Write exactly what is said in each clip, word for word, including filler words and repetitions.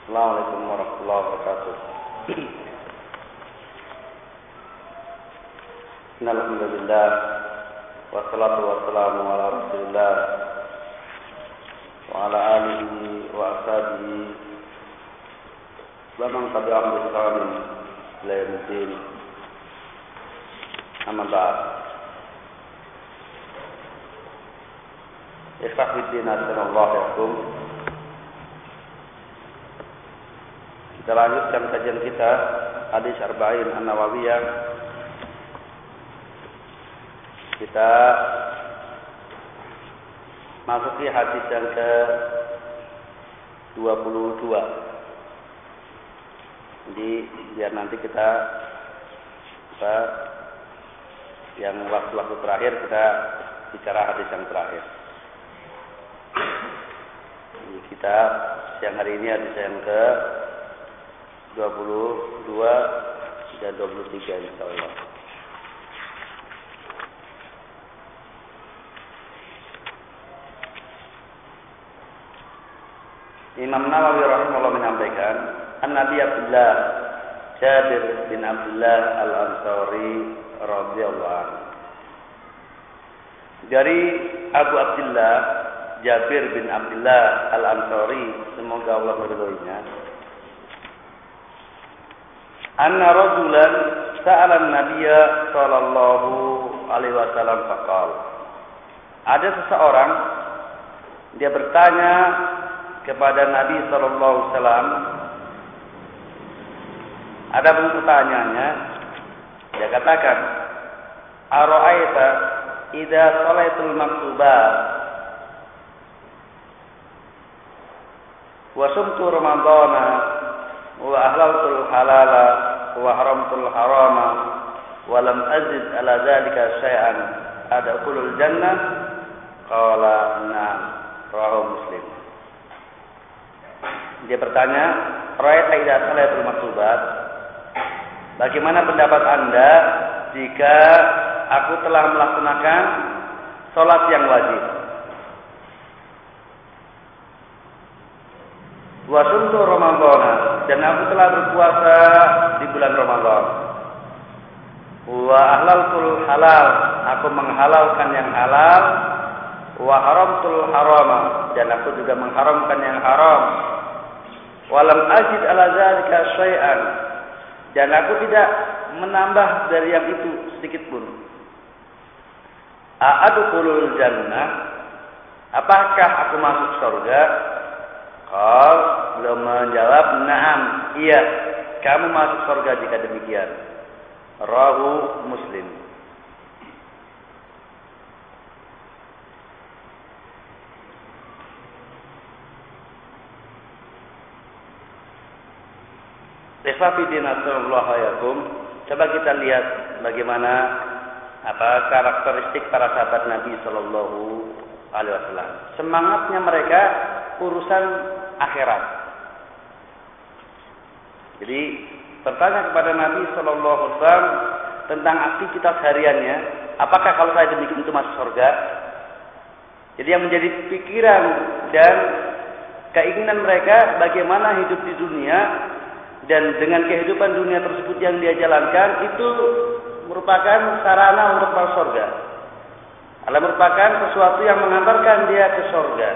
Assalamualaikum warahmatullahi wabarakatuh. Alhamdulillah wassalatu wassalamu ala Rasulillah wa ala alihi wa ashabihi wa man tabi'ahum bi ihsan ila yaumil amma ba'd. Ikhwatiddin assalamualaikum alaikum. Kita lanjutkan kajian kita hadis Arba'in An-Nawawiyah. Kita masuki hadis yang ke dua puluh dua. Jadi biar nanti kita kita yang waktu-waktu terakhir kita bicara hadis yang terakhir. Jadi kita siang hari ini hadis yang ke dua puluh dua dan dua puluh tiga insyaallah. Imam Nawawi rahimahullah menyampaikan, An-Nabi Abdullah Jabir bin Abdullah Al-Ansari radhiyallahu anhu. Dari Abu Abdullah Jabir bin Abdullah Al-Ansari, semoga Allah meridhoinya. Anna rajulan sa'ala an-nabiyya sallallahu alaihi wasallam faqala. Ada seseorang dia bertanya kepada Nabi sallallahu alaihi wasallam. Ada pertanyaannya, dia katakan, "Ara'aita idza salaitul maktubat wa sumtu ramadhana wa ahlaltul halala wa haramtul harama wa lam azid ala dzalika syai'an adkhulul jannah?" Qala na'am, rawahu Muslim. Dia bertanya, "Ra'aita idza salatul maktubat?" Bagaimana pendapat Anda jika aku telah melaksanakan salat yang wajib? Wa sumtu ramadhana, dan aku telah berpuasa di bulan Ramadan. Wa ahlaltul halal, aku menghalalkan yang halal. Wa haramtul harama, dan aku juga mengharamkan yang haram. Wa lam ajid ala dzalika syai'an, dan aku tidak menambah dari yang itu sedikit pun. A'adkhulul jannah, apakah aku masuk surga? Qal, beliau menjawab, na'am, iya, kamu masuk surga jika demikian. Rawahu Muslim. Ikhwatiddin sallallahu alaikum. Coba kita lihat bagaimana apa karakteristik para sahabat Nabi sallallahu alaihi wasallam. Semangatnya mereka urusan akhirat. Jadi bertanya kepada Nabi sallallahu alaihi wasallam tentang aktivitas hariannya, apakah kalau saya demikian itu masuk surga? Jadi yang menjadi pikiran dan keinginan mereka bagaimana hidup di dunia, dan dengan kehidupan dunia tersebut yang dia jalankan itu merupakan sarana untuk masuk surga. Adalah merupakan sesuatu yang mengantarkan dia ke surga.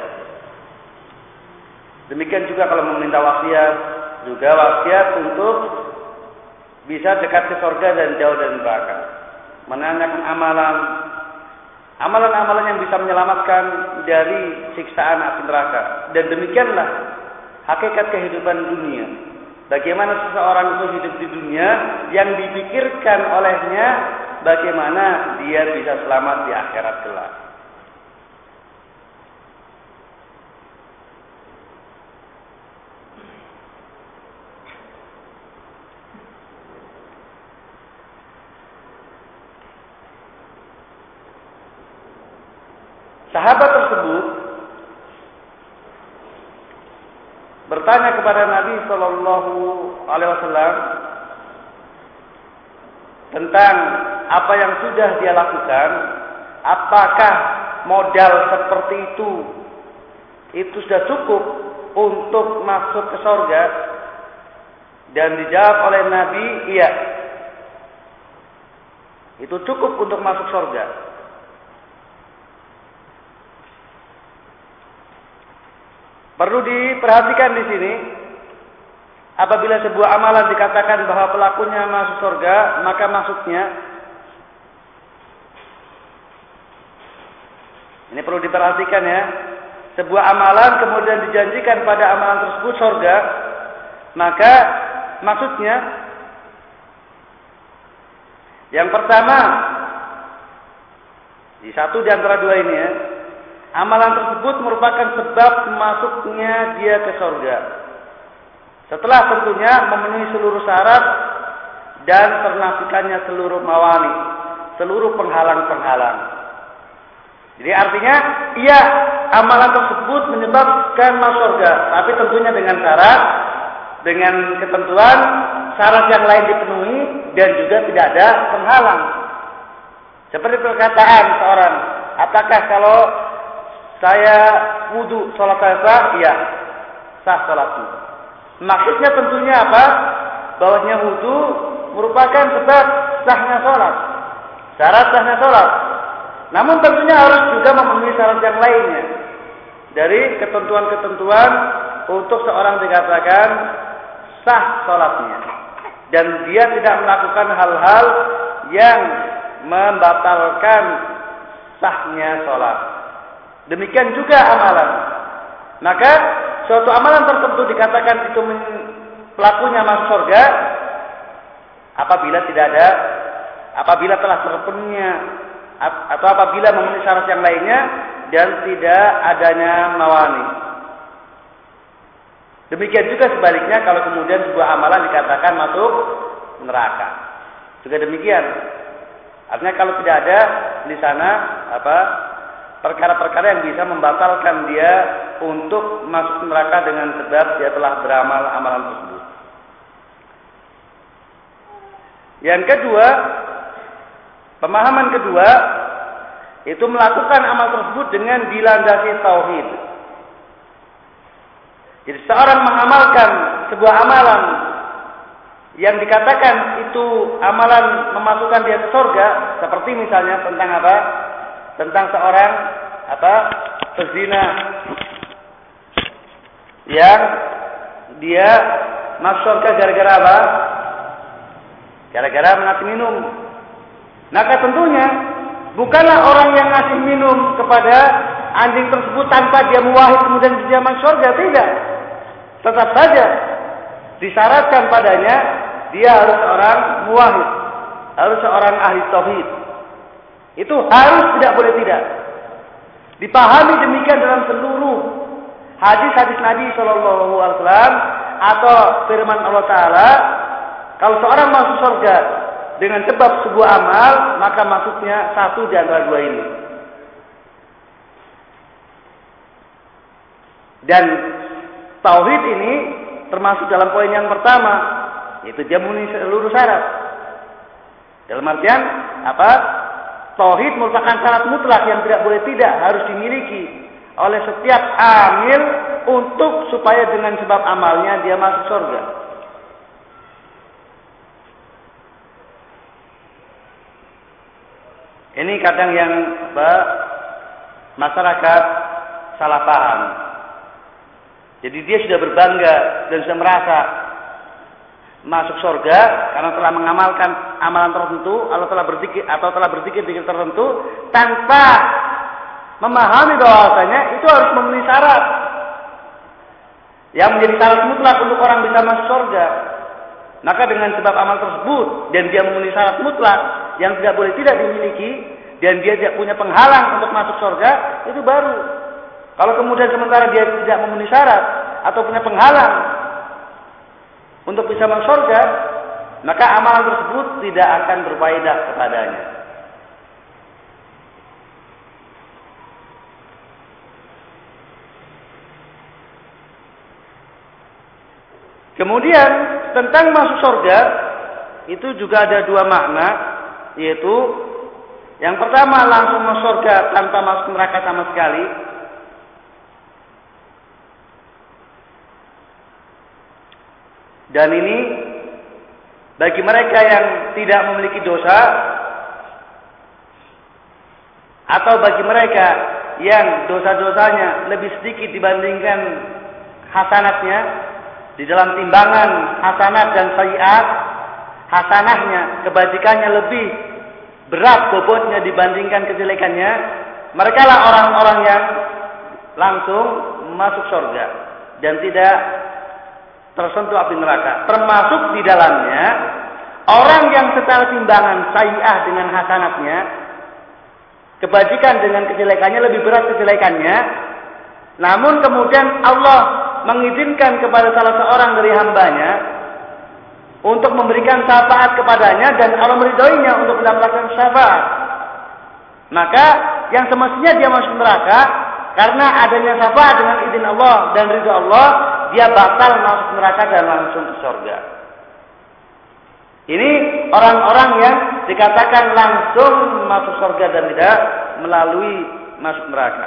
Demikian juga kalau meminta wasiat, juga wasiat untuk bisa dekat ke surga dan jauh dari neraka. Menanyakan amalan, amalan-amalan yang bisa menyelamatkan dari siksaan api neraka. Dan demikianlah hakikat kehidupan dunia. Bagaimana seseorang itu hidup di dunia, yang dipikirkan olehnya bagaimana dia bisa selamat di akhirat kelak. Sahabat tersebut bertanya kepada Nabi Shallallahu Alaihi Wasallam tentang apa yang sudah dia lakukan, apakah modal seperti itu itu sudah cukup untuk masuk ke surga? Dan dijawab oleh Nabi, iya. Itu cukup untuk masuk surga. Perlu diperhatikan di sini, apabila sebuah amalan dikatakan bahwa pelakunya masuk surga, maka maksudnya, ini perlu diperhatikan ya, sebuah amalan kemudian dijanjikan pada amalan tersebut surga, maka maksudnya yang pertama, di satu di antara dua ini ya, amalan tersebut merupakan sebab masuknya dia ke surga. Setelah tentunya memenuhi seluruh syarat dan ternafikannya seluruh mawani, seluruh penghalang-penghalang. Jadi artinya, iya, amalan tersebut menyebabkan masuk surga, tapi tentunya dengan syarat, dengan ketentuan, syarat yang lain dipenuhi dan juga tidak ada penghalang. Seperti perkataan seorang, apakah kalau saya wudu sholat saya sah? Iya, sah sholatnya. Maksudnya tentunya apa? Bahwasanya wudu merupakan sebab sahnya sholat, syarat sahnya sholat. Namun tentunya harus juga memenuhi syarat yang lainnya dari ketentuan-ketentuan untuk seorang dikatakan sah sholatnya, dan dia tidak melakukan hal-hal yang membatalkan sahnya sholat. Demikian juga amalan. Maka suatu amalan tertentu dikatakan itu pelakunya masuk surga apabila tidak ada, apabila telah terpenuhinya atau apabila memenuhi syarat yang lainnya dan tidak adanya mawani. Demikian juga sebaliknya kalau kemudian sebuah amalan dikatakan masuk neraka. Juga demikian. Artinya kalau tidak ada di sana apa perkara-perkara yang bisa membatalkan dia untuk masuk neraka dengan sebab dia telah beramal amalan tersebut. Yang kedua, pemahaman kedua itu melakukan amal tersebut dengan dilandasi tauhid. Jadi seorang mengamalkan sebuah amalan yang dikatakan itu amalan memasukkan dia ke surga, seperti misalnya tentang apa? Tentang seorang apa? Pezina yang dia masuk surga gara-gara apa? Gara-gara mengasih minum. Maka tentunya bukanlah orang yang ngasih minum kepada anjing tersebut tanpa dia muwahhid kemudian dia masuk surga, tidak. Tetap saja disyaratkan padanya dia harus seorang muwahhid, harus seorang ahli tauhid. Itu harus, tidak boleh tidak. Dipahami demikian dalam seluruh hadis-hadis Nabi Shallallahu Alaihi Wasallam atau firman Allah Taala. Kalau seorang masuk surga dengan sebab sebuah amal, maka masuknya satu di antara dua ini. Dan tauhid ini termasuk dalam poin yang pertama, yaitu dia memenuhi seluruh syarat. Dalam artian apa? Tauhid merupakan syarat mutlak yang tidak boleh tidak harus dimiliki oleh setiap amil untuk supaya dengan sebab amalnya dia masuk surga. Ini kadang yang apa, masyarakat salah paham. Jadi dia sudah berbangga dan sudah merasa masuk surga karena telah mengamalkan amalan tertentu atau telah berzikir atau telah berzikir zikir tertentu tanpa memahami bahwasanya itu harus memenuhi syarat yang menjadi syarat mutlak untuk orang bisa masuk surga. Maka dengan sebab amal tersebut dan dia memenuhi syarat mutlak yang tidak boleh tidak dimiliki dan dia tidak punya penghalang untuk masuk surga, itu baru. Kalau kemudian sementara dia tidak memenuhi syarat atau punya penghalang untuk bisa masuk surga, maka amalan tersebut tidak akan berfaedah kepadanya. Kemudian tentang masuk surga itu juga ada dua makna, yaitu yang pertama langsung masuk surga tanpa masuk neraka sama sekali. Dan ini bagi mereka yang tidak memiliki dosa, atau bagi mereka yang dosa-dosanya lebih sedikit dibandingkan hasanatnya, di dalam timbangan hasanat dan sayiat, hasanahnya, kebajikannya lebih berat bobotnya dibandingkan kejelekannya, mereka lah orang-orang yang langsung masuk surga dan tidak tersentuh api neraka. Termasuk di dalamnya orang yang secara timbangan sayiat dengan hasanatnya, kebajikan dengan kejelekannya lebih berat kejelekannya, namun kemudian Allah mengizinkan kepada salah seorang dari hambanya untuk memberikan syafaat kepadanya dan Allah meridhoinya untuk mendapatkan syafaat. Maka yang semestinya dia masuk neraka karena adanya syafaat dengan izin Allah dan ridho Allah, dia batal masuk neraka dan langsung ke surga. Ini orang-orang yang dikatakan langsung masuk surga dan tidak melalui masuk neraka.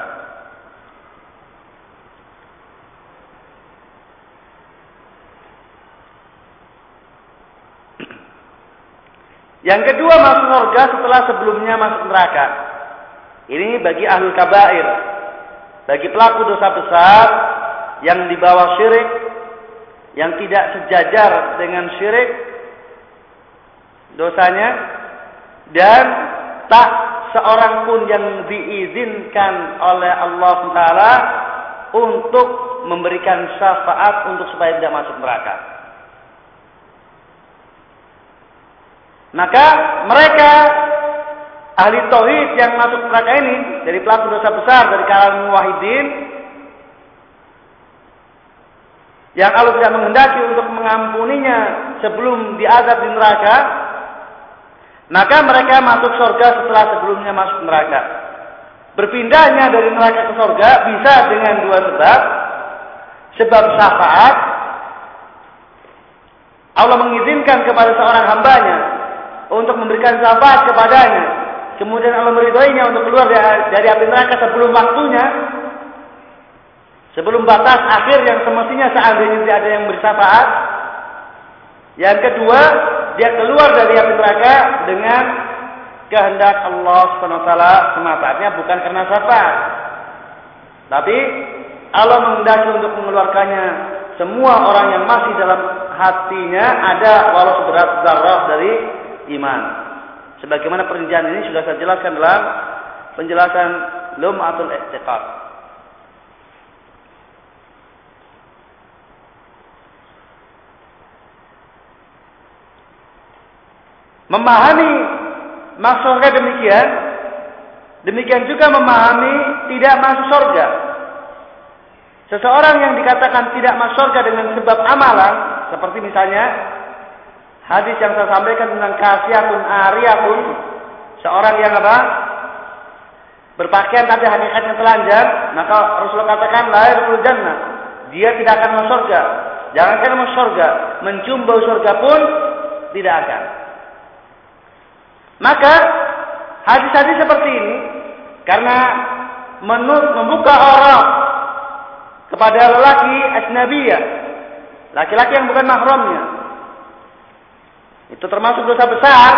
Yang kedua masuk surga setelah sebelumnya masuk neraka. Ini bagi ahlul kabair, bagi pelaku dosa besar yang dibawa syirik, yang tidak sejajar dengan syirik dosanya, dan tak seorang pun yang diizinkan oleh Allah Taala untuk memberikan syafaat untuk supaya tidak masuk neraka. Maka mereka ahli tauhid yang masuk neraka ini dari pelaku dosa besar dari kalangan muwahhidin, yang Allah tidak menghendaki untuk mengampuninya sebelum diazab di neraka, maka mereka masuk surga setelah sebelumnya masuk neraka. Berpindahnya dari neraka ke surga bisa dengan dua sebab. Sebab syafaat, Allah mengizinkan kepada seorang hambanya untuk memberikan syafaat kepadanya, kemudian Allah meridhoinya untuk keluar dari api neraka sebelum waktunya, sebelum batas akhir yang semestinya seandainya tidak ada yang bersyafaat. Yang kedua, dia keluar dari api neraka dengan kehendak Allah subhanahu wa taala semata, artinya bukan karena syafaat, tapi Allah menghendaki untuk mengeluarkannya semua orang yang masih dalam hatinya ada walau seberat zarrah dari iman. Sebagaimana perincian ini sudah saya jelaskan dalam penjelasan Lum'atul I'tiqad. Memahami masuk surga demikian, demikian juga memahami tidak masuk surga. Seseorang yang dikatakan tidak masuk surga dengan sebab amalan, seperti misalnya hadis yang saya sampaikan tentang kasiyatun ariyatun, seorang yang apa? Berpakaian tapi hakikatnya telanjang, maka Rasulullah katakan la yadkhulul jannah, dia tidak akan masuk surga. Jangankan masuk surga, mencium bau surga pun tidak akan. Maka hadis-hadis seperti ini karena membuka aurat kepada lelaki ajnabiyah, laki-laki yang bukan mahramnya, itu termasuk dosa besar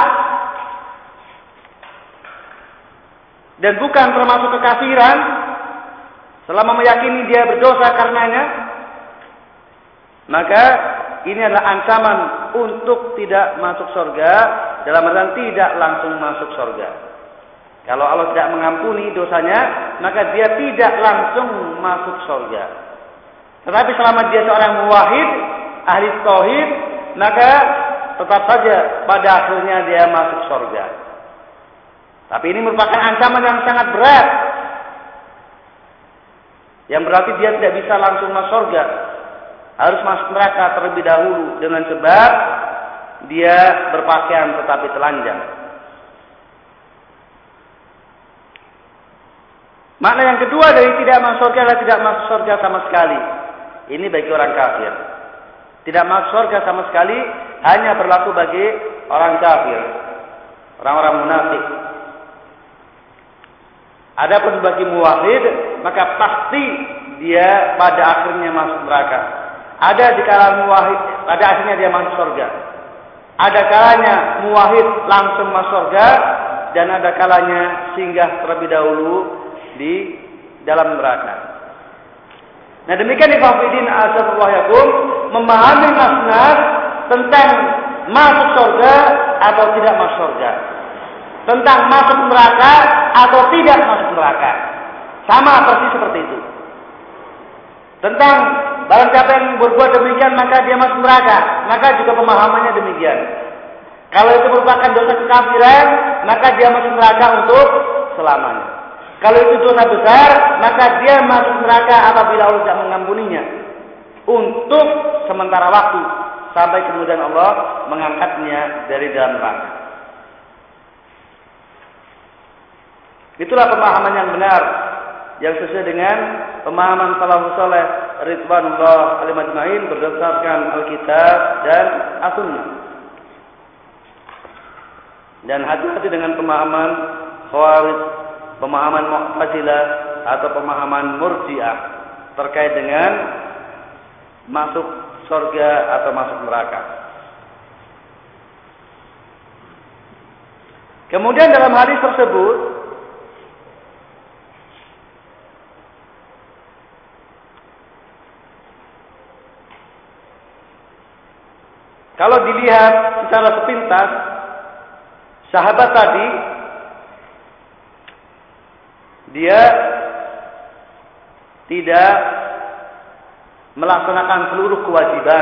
dan bukan termasuk kekafiran selama meyakini dia berdosa karenanya. Maka ini adalah ancaman untuk tidak masuk surga, dalam artian tidak langsung masuk surga. Kalau Allah tidak mengampuni dosanya, maka dia tidak langsung masuk surga. Tetapi selama dia seorang muwahhid, ahli tauhid, maka tetap saja pada akhirnya dia masuk surga. Tapi ini merupakan ancaman yang sangat berat, yang berarti dia tidak bisa langsung masuk surga, harus masuk neraka terlebih dahulu dengan sebab dia berpakaian tetapi telanjang. Makna yang kedua dari tidak masuk surga adalah tidak masuk surga sama sekali. Ini bagi orang kafir. Tidak masuk surga sama sekali hanya berlaku bagi orang kafir, orang-orang munafik. Adapun bagi muwahhid, maka pasti dia pada akhirnya masuk neraka. Ada di kalangan muwahhid pada akhirnya dia masuk surga. Ada kalanya muwahhid langsung masuk surga, dan ada kalanya singgah terlebih dahulu di dalam neraka. Nah, demikian ikhwafidin asyafullah yakum, memahami makna tentang masuk surga atau tidak masuk surga, tentang masuk neraka atau tidak masuk neraka, sama persis seperti itu. Tentang barang siapa yang berbuat demikian maka dia masuk neraka, maka juga pemahamannya demikian. Kalau itu merupakan dosa kekafiran, maka dia masuk neraka untuk selamanya. Kalau itu dosa besar, maka dia masuk neraka apabila Allah tidak mengampuninya untuk sementara waktu, sampai kemudian Allah mengangkatnya dari dalam neraka. Itulah pemahaman yang benar, yang sesuai dengan pemahaman salafus saleh ridwanullah alaihi ajmain berdasarkan Alkitab dan As-Sunnah. Dan hati-hati dengan pemahaman Khawarij, pemahaman Mu'tazilah atau pemahaman Murji'ah terkait dengan masuk surga atau masuk neraka. Kemudian dalam hadis tersebut kalau dilihat secara sepintas, sahabat tadi dia tidak melaksanakan seluruh kewajiban.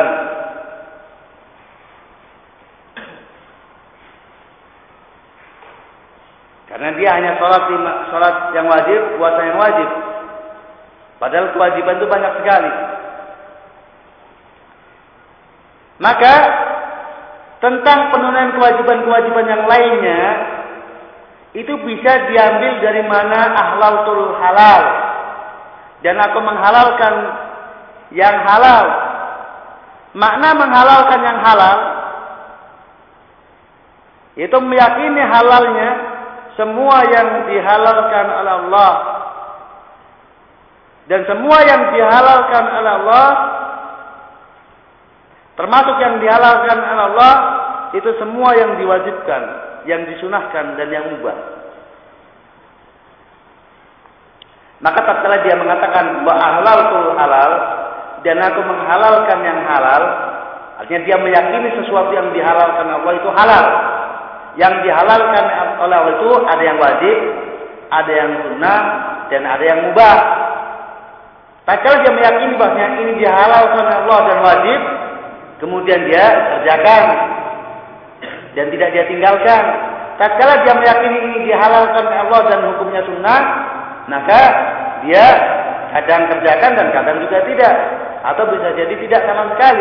Karena dia hanya sholat, sholat yang wajib, puasa yang wajib. Padahal kewajiban itu banyak sekali. Maka tentang penunaian kewajiban-kewajiban yang lainnya itu bisa diambil dari mana ahlaltul halal, dan aku menghalalkan yang halal. Makna menghalalkan yang halal itu meyakini halalnya semua yang dihalalkan oleh Allah, dan semua yang dihalalkan oleh Allah, termasuk yang dihalalkan oleh Allah, itu semua yang diwajibkan, yang disunahkan, dan yang mubah. Maka tatkala dia mengatakan wa ahlaltul halal, dan aku menghalalkan yang halal, artinya dia meyakini sesuatu yang dihalalkan Allah itu halal. Yang dihalalkan oleh Allah itu ada yang wajib, ada yang sunnah, dan ada yang mubah. Tatkala dia meyakini bahwasanya ini dihalalkan oleh Allah dan wajib, kemudian dia kerjakan dan tidak dia tinggalkan. Tatkala dia meyakini ini dihalalkan oleh Allah dan hukumnya sunnah, maka dia kadang kerjakan dan kadang juga tidak, atau bisa jadi tidak sama sekali.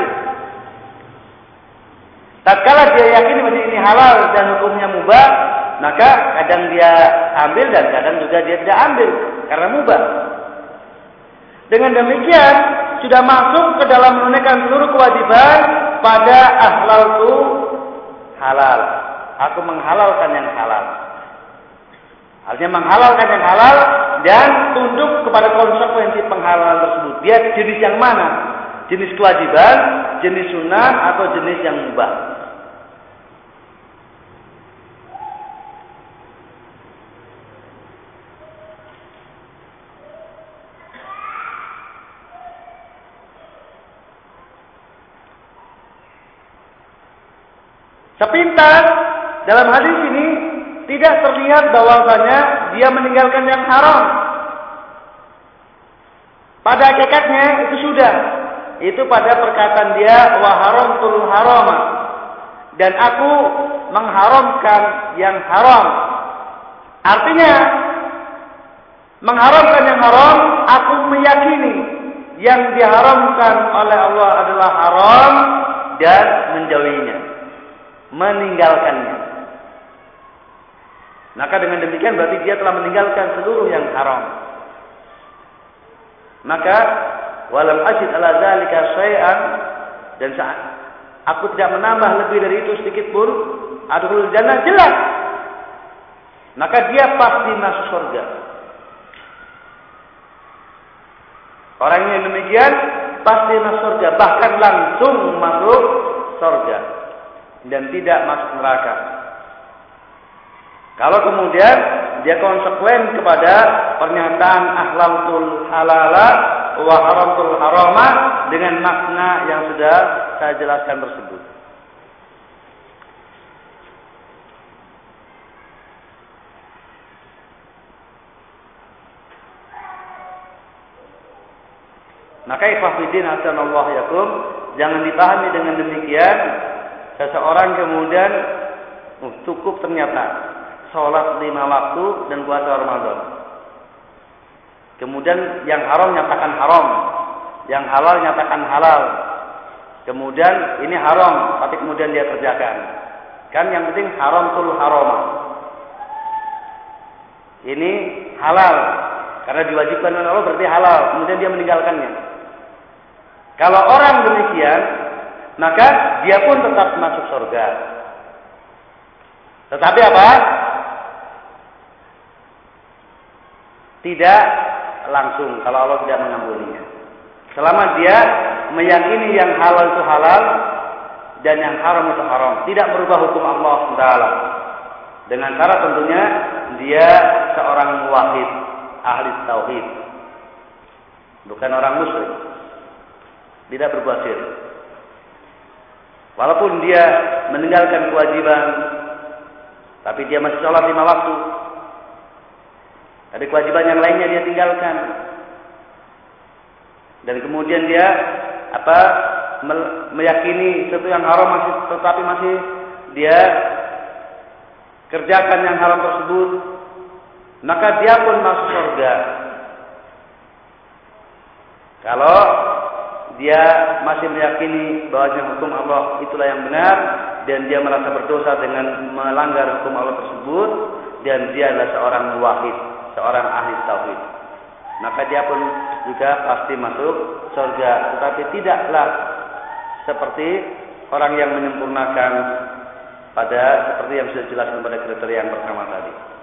Tatkala dia yakini bahwa ini halal dan hukumnya mubah, maka kadang dia ambil dan kadang juga dia tidak ambil karena mubah. Dengan demikian sudah masuk ke dalam menunaikan seluruh kewajiban pada ahlaltu halal. Aku menghalalkan yang halal. Artinya menghalalkan yang halal dan tunduk kepada konsekuensi penghalalan tersebut. Dia jenis yang mana? Jenis kewajiban, jenis sunnah, atau jenis yang mubah. Sepintas dalam hadis ini tidak terlihat bahwasanya dia meninggalkan yang haram. Pada hakikatnya itu sudah, itu pada perkataan dia wa haramtul harama, dan aku mengharamkan yang haram. Artinya mengharamkan yang haram, aku meyakini yang diharamkan oleh Allah adalah haram dan menjauhinya, meninggalkannya. Maka dengan demikian berarti dia telah meninggalkan seluruh yang haram. Maka walam ajid ala dzalika syai'an, dan saat aku tidak menambah lebih dari itu sedikit pun, adkhulul jannah, jelas, maka dia pasti masuk surga. Orang yang demikian pasti masuk surga, bahkan langsung masuk surga dan tidak masuk neraka. Kalau kemudian dia konsekuen kepada pernyataan ahlaltul halala wa haramtul harama dengan makna yang sudah saya jelaskan tersebut. Maka ikhwafidin hasanallahu yakum, jangan dipahami dengan demikian seseorang kemudian uh, cukup ternyata sholat lima waktu dan puasa Ramadan. Kemudian yang haram nyatakan haram, yang halal nyatakan halal. Kemudian ini haram, tapi kemudian dia kerjakan. Kan yang penting haram tul harama. Ini halal karena diwajibkan oleh Allah berarti halal. Kemudian dia meninggalkannya. Kalau orang demikian, maka dia pun tetap masuk surga. Tetapi apa? Tidak langsung kalau Allah tidak mengampuninya. Selama dia meyakini yang halal itu halal dan yang haram itu haram, tidak merubah hukum Allah Taala. Dengan cara tentunya dia seorang muwahhid, ahli tauhid, bukan orang musyrik. Tidak berbuat syirik. Walaupun dia meninggalkan kewajiban, tapi dia masih sholat lima waktu. Ada kewajiban yang lainnya dia tinggalkan. Dan kemudian dia apa meyakini sesuatu yang haram masih, tetapi masih dia kerjakan yang haram tersebut, maka dia pun masuk surga. Kalau dia masih meyakini bahwa hukum Allah itulah yang benar dan dia merasa berdosa dengan melanggar hukum Allah tersebut dan dia adalah seorang muwahhid, seorang ahli tauhid, maka dia pun juga pasti masuk surga. Tetapi tidaklah seperti orang yang menyempurnakan pada seperti yang sudah dijelaskan pada kriteria yang pertama tadi.